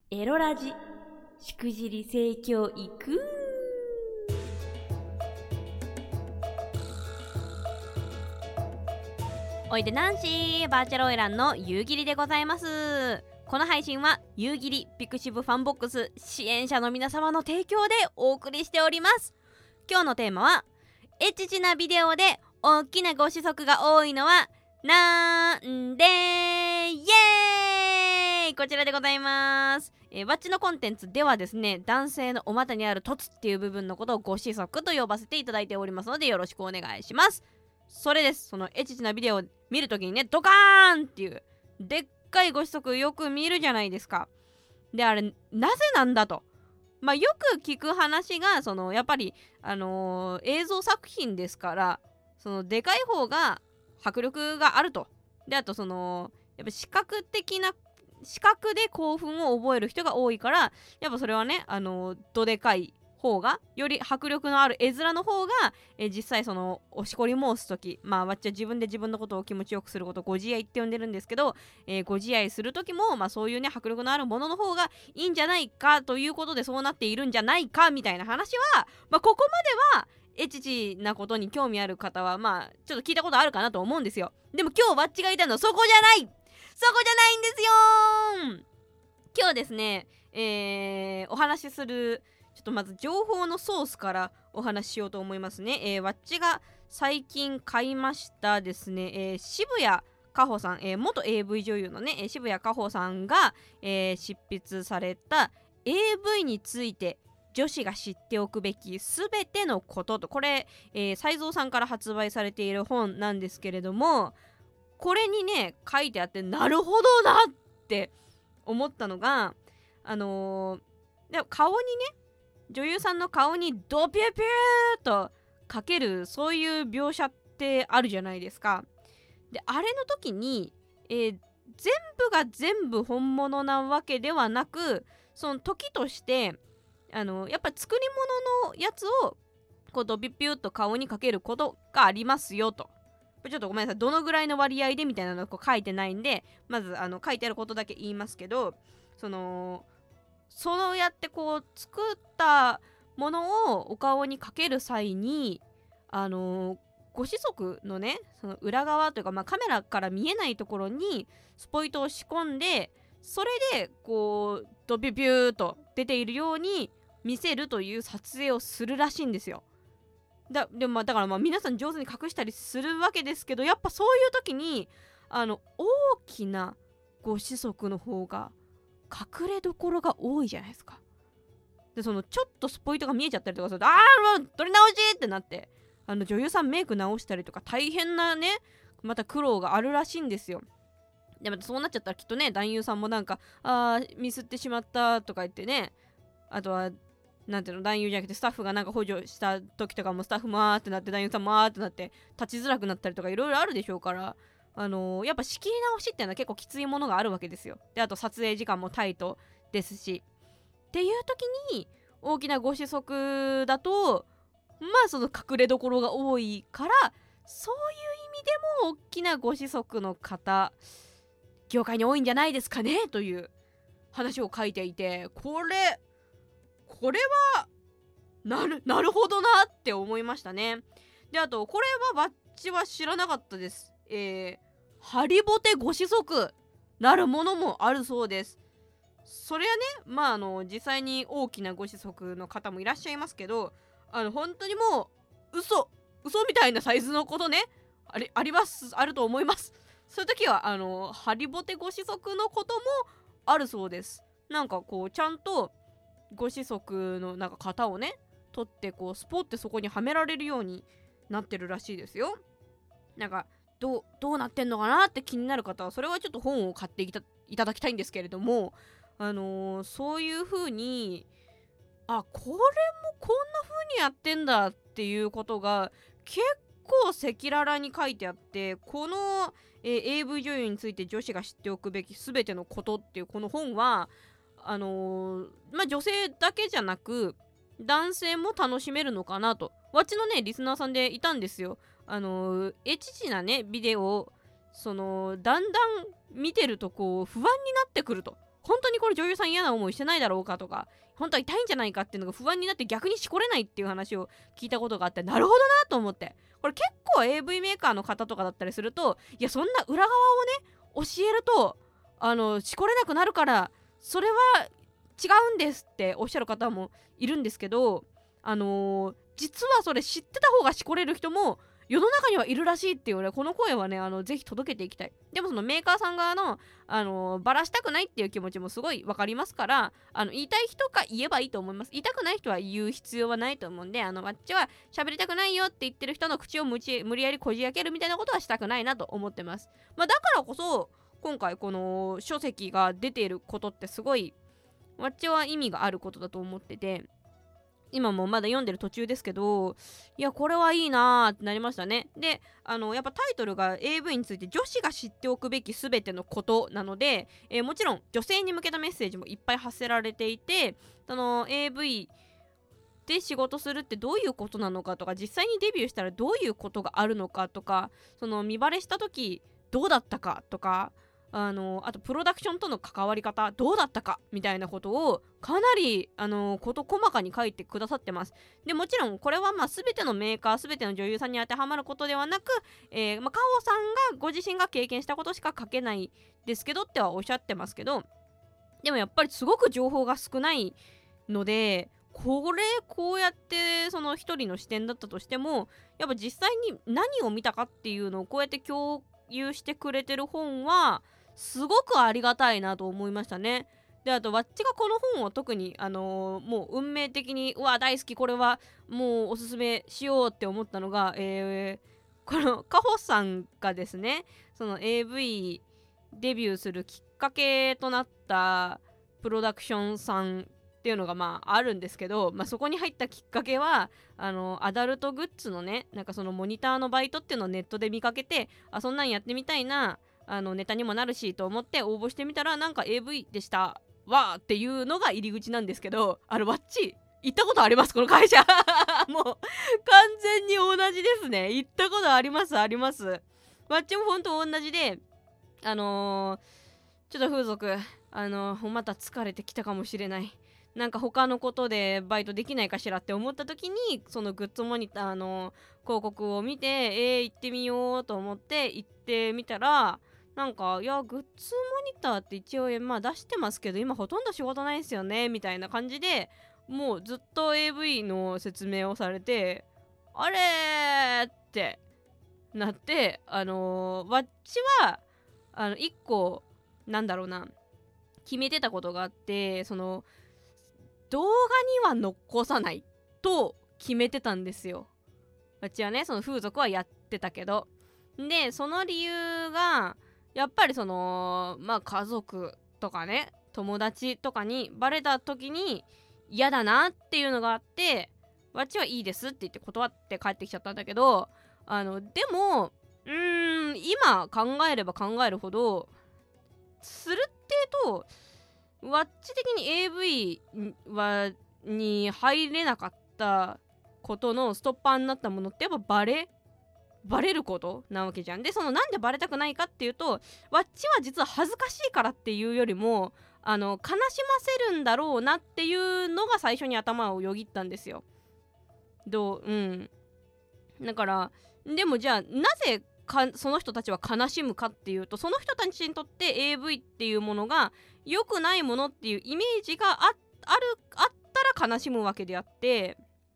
エロラジしくじり性教育。おいでナンシーバーチャルオイランの夕霧でございます。この配信は夕霧ピクシブファンボックス支援者の皆様の提供でお送りしております。今日のテーマはエッチなビデオで大きなご子息が多いのはなんでイエーイ、こちらでございます。バッチのコンテンツではですね、男性のお股にある凸っていう部分のことをご子息と呼ばせていただいておりますのでよろしくお願いします。それです。そのエッチなビデオを見るときにね、ドカーンっていうでっかいご子息よく見るじゃないですか。で、あれなぜなんだと、よく聞く話がやっぱり映像作品ですから、そのでかい方が迫力があると。で、あとやっぱ視覚で興奮を覚える人が多いから、やっぱそれはね、どでかい方がより迫力のある絵面の方が、実際おしこり申すとき、わっちは自分で自分のことを気持ちよくすることをご自愛って呼んでるんですけど、ご自愛するときも、そういうね迫力のあるものの方がいいんじゃないかということでそうなっているんじゃないかみたいな話は、ここまではエッチなことに興味ある方はちょっと聞いたことあるかなと思うんですよ。でも今日バッチが言いたいのはそこじゃないんですよ。今日ですね、お話しするちょっとまず情報のソースからお話ししようと思いますね。わっちが最近買いましたですね、渋谷かほさん、元 AV 女優のね、渋谷かほさんが、執筆された AV について女子が知っておくべきすべてのことと、これ才蔵さんから発売されている本なんですけれども、これにね書いてあってなるほどなって思ったのが、でも顔にね、女優さんの顔にドピュピューとかけるそういう描写ってあるじゃないですか。で、あれの時に、全部が全部本物なわけではなく、その時としてやっぱ作り物のやつをこうドピュピューと顔にかけることがありますよと。ちょっとごめんなさい、どのぐらいの割合でみたいなのを書いてないんで、まず書いてあることだけ言いますけど、そうやってこう作ったものをお顔にかける際にご子息のね、その裏側というか、カメラから見えないところにスポイトを仕込んで、それでこうドビュビューと出ているように見せるという撮影をするらしいんですよ。だから皆さん上手に隠したりするわけですけど、やっぱそういう時に大きなご子息の方が隠れどころが多いじゃないですか。で、ちょっとスポイトが見えちゃったりとかすると、撮り直しってなって、女優さんメイク直したりとか大変なね、また苦労があるらしいんですよ。で、またそうなっちゃったらきっとね、男優さんもミスってしまったとか言ってね、あとはなんていうの、男優じゃなくてスタッフが補助した時とかもスタッフもってなって、男優さんもってなって立ちづらくなったりとかいろいろあるでしょうから、やっぱ仕切り直しっていうのは結構きついものがあるわけですよ。で、あと撮影時間もタイトですしっていう時に、大きなご子息だとその隠れどころが多いから、そういう意味でも大きなご子息の方業界に多いんじゃないですかねという話を書いていて、これはなるほどなって思いましたね。で、あとこれはバッチは知らなかったです。ハリボテご子息なるものもあるそうです。それはね、実際に大きなご子息の方もいらっしゃいますけど、本当にもう嘘みたいなサイズのことね、あると思います。そういう時はハリボテご子息のこともあるそうです。こうちゃんとご子息の型をね取ってこうスポッてそこにはめられるようになってるらしいですよ。どうなってんのかなって気になる方はそれはちょっと本を買っていただきたいんですけれども、そういう風にこれもこんな風にやってんだっていうことが結構赤裸々に書いてあって、この、AV 女優について女子が知っておくべきすべてのことっていうこの本は女性だけじゃなく男性も楽しめるのかなと。わっちのねリスナーさんでいたんですよ。エッチなねビデオをだんだん見てるとこう不安になってくると、 本当にこれ女優さん嫌な思いしてないだろうかとか、本当は痛いんじゃないかっていうのが不安になって逆にしこれないっていう話を聞いたことがあって、なるほどなと思って、これ結構 AV メーカーの方とかだったりすると、いやそんな裏側をね教えるとしこれなくなるからそれは違うんですっておっしゃる方もいるんですけど、実はそれ知ってた方がしこれる人も世の中にはいるらしいっていうね、この声はねぜひ届けていきたい。でもそのメーカーさん側のバラしたくないっていう気持ちもすごいわかりますから、言いたい人が言えばいいと思います。言いたくない人は言う必要はないと思うんで、わっちは喋りたくないよって言ってる人の口を無理やりこじ開けるみたいなことはしたくないなと思ってます。だからこそ今回この書籍が出ていることってすごいわっちは意味があることだと思ってて、今もまだ読んでる途中ですけど、いやこれはいいなーってなりましたね。でやっぱタイトルが AV について女子が知っておくべきすべてのことなので、もちろん女性に向けたメッセージもいっぱい発せられていて、AV で仕事するってどういうことなのかとか、実際にデビューしたらどういうことがあるのかとか、その見バレした時どうだったかとか、あとプロダクションとの関わり方どうだったかみたいなことをかなり事細かに書いてくださってます。でもちろんこれは全てのメーカー全ての女優さんに当てはまることではなく、カオさんがご自身が経験したことしか書けないですけどってはおっしゃってますけど、でもやっぱりすごく情報が少ないので、こうやってその一人の視点だったとしても、やっぱ実際に何を見たかっていうのをこうやって共有してくれてる本はすごくありがたいなと思いましたね。であとわっちがこの本を特にもう運命的に大好き、これはもうおすすめしようって思ったのが、このカホさんがですね、その AV デビューするきっかけとなったプロダクションさんっていうのがあるんですけど、そこに入ったきっかけはアダルトグッズのね、なんかそのモニターのバイトっていうのをネットで見かけて、そんなんやってみたいな、ネタにもなるしと思って応募してみたら、なんか AV でしたわーっていうのが入り口なんですけど、わっち行ったことありますこの会社もう完全に同じですね。行ったことあります。わっちもほんと同じで、ちょっと風俗また疲れてきたかもしれない、なんか他のことでバイトできないかしらって思った時に、そのグッズモニターの広告を見て行ってみようと思って行ってみたら、なんかいやグッズモニターって一応出してますけど今ほとんど仕事ないですよねみたいな感じで、もうずっと AV の説明をされて、あれーってなって、わっちは一個なんだろうな、決めてたことがあって、その動画には残さないと決めてたんですよ。わっちはね、その風俗はやってたけど、でその理由がやっぱりその家族とかね友達とかにバレた時に嫌だなっていうのがあって、わっちはいいですって言って断って帰ってきちゃったんだけど、でも今考えれば考えるほどするっていうと、わっち的に AV に入れなかったことのストッパーになったものってやっぱバレることなわけじゃん。でそのなんでバレたくないかっていうと、わっちは実は恥ずかしいからっていうよりも悲しませるんだろうなっていうのが最初に頭をよぎったんですよ。だからでもじゃあなぜその人たちは悲しむかっていうと、その人たちにとって AV っていうものが良くないものっていうイメージがあったら悲しむわけであって、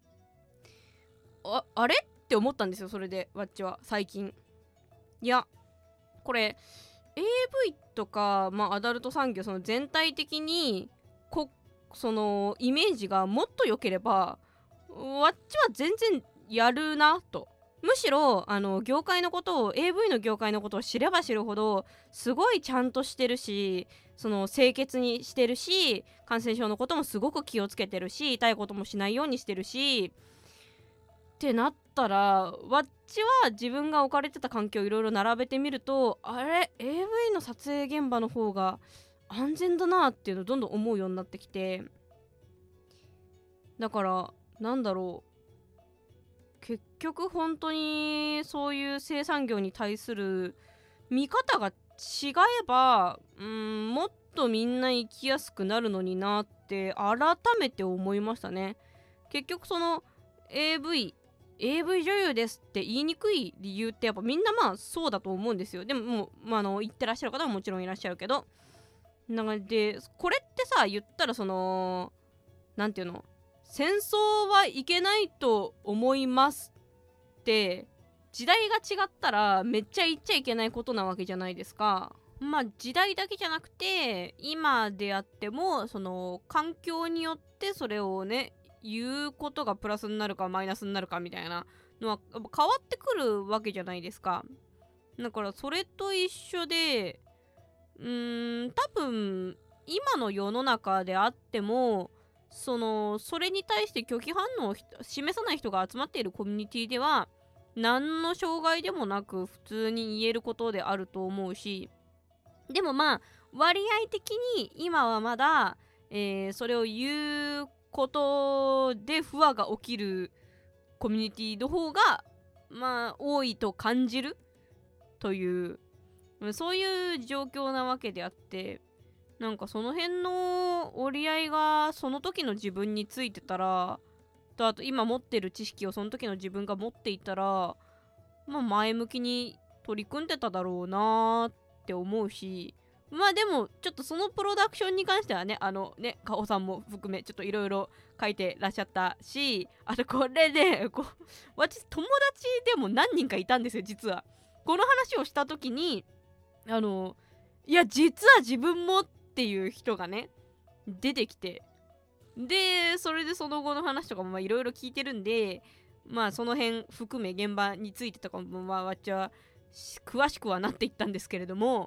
あれって思ったんですよ。それでわっちは最近、いやこれ AV とか、アダルト産業その全体的にそのイメージがもっと良ければわっちは全然やるなと。むしろ業界のことを AV の業界のことを知れば知るほどすごいちゃんとしてるし、その清潔にしてるし、感染症のこともすごく気をつけてるし、痛いこともしないようにしてるしってなったら、わっちは自分が置かれてた環境をいろいろ並べてみると、あれ AV の撮影現場の方が安全だなっていうのをどんどん思うようになってきて、だからなんだろう、結局本当にそういう生産業に対する見方が違えばもっとみんな生きやすくなるのになって改めて思いましたね。結局その AV 女優ですって言いにくい理由ってやっぱみんなまあそうだと思うんですよ。でももう、言ってらっしゃる方ももちろんいらっしゃるけど、なんかでこれってさ、言ったらそのなんていうの、戦争はいけないと思いますって時代が違ったらめっちゃ言っちゃいけないことなわけじゃないですか。まあ時代だけじゃなくて今であってもその環境によってそれをね言うことがプラスになるかマイナスになるかみたいなのはやっぱ変わってくるわけじゃないですか。だからそれと一緒で多分今の世の中であってもそれに対して拒否反応を示さない人が集まっているコミュニティでは何の障害でもなく普通に言えることであると思うし、でもまあ割合的に今はまだ、それを言うことで不和が起きるコミュニティの方がまあ多いと感じるというそういう状況なわけであって、なんかその辺の折り合いがその時の自分についてたらと、あと今持ってる知識をその時の自分が持っていたら、まあ前向きに取り組んでただろうなって思うし、まあでもちょっとそのプロダクションに関してはね、カオさんも含めちょっといろいろ書いてらっしゃったし、あとこれで私友達でも何人かいたんですよ。実はこの話をした時にいや実は自分もっていう人がね出てきて、でそれでその後の話とかもいろいろ聞いてるんで、まあその辺含め現場についてとかもまあわっちは詳しくはなっていったんですけれども、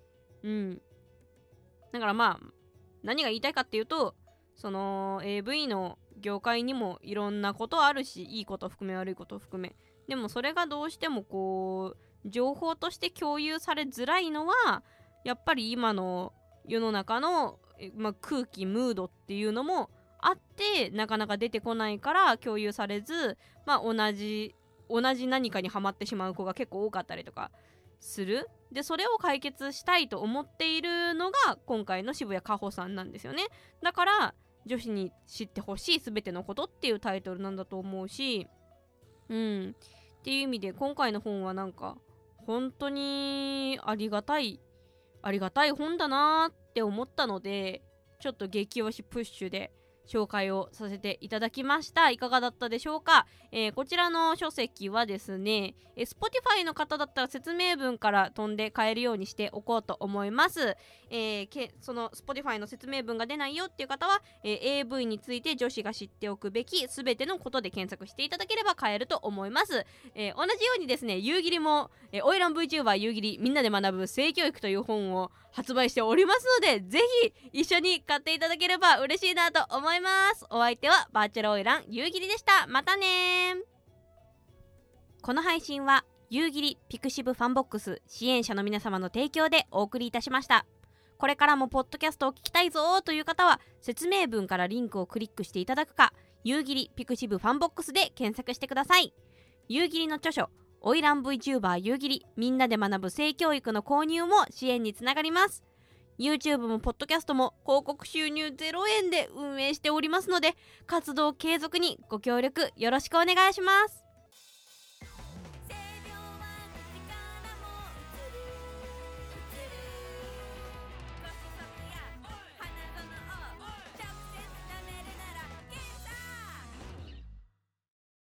だからまあ何が言いたいかっていうと、その AV の業界にもいろんなことあるし、いいこと含め悪いこと含め、でもそれがどうしてもこう情報として共有されづらいのはやっぱり今の世の中の、空気ムードっていうのもあってなかなか出てこないから共有されず、同じ何かにハマってしまう子が結構多かったりとかする。でそれを解決したいと思っているのが今回の渋谷かほさんなんですよね。だから女子に知ってほしいすべてのことっていうタイトルなんだと思うし、っていう意味で今回の本はなんか本当にありがたい本だなって思ったので、ちょっと激推しプッシュで紹介をさせていただきました。いかがだったでしょうか。こちらの書籍はですね、Spotify の方だったら説明文から飛んで買えるようにしておこうと思います。その Spotify の説明文が出ないよっていう方は、AV について女子が知っておくべきすべてのことで検索していただければ買えると思います。同じようにですね、夕霧も、オイラン VTuber 夕霧みんなで学ぶ性教育という本を発売しておりますので、ぜひ一緒に買っていただければ嬉しいなと思います。お相手はバーチャルオイラン夕霧でした。またね。この配信は夕霧ピクシブファンボックス支援者の皆様の提供でお送りいたしました。これからもポッドキャストを聞きたいぞという方は説明文からリンクをクリックしていただくか、夕霧ピクシブファンボックスで検索してください。夕霧の著書オイラン VTuber 夕霧みんなで学ぶ性教育の購入も支援につながります。 YouTube もポッドキャストも広告収入0円で運営しておりますので、活動継続にご協力よろしくお願いします。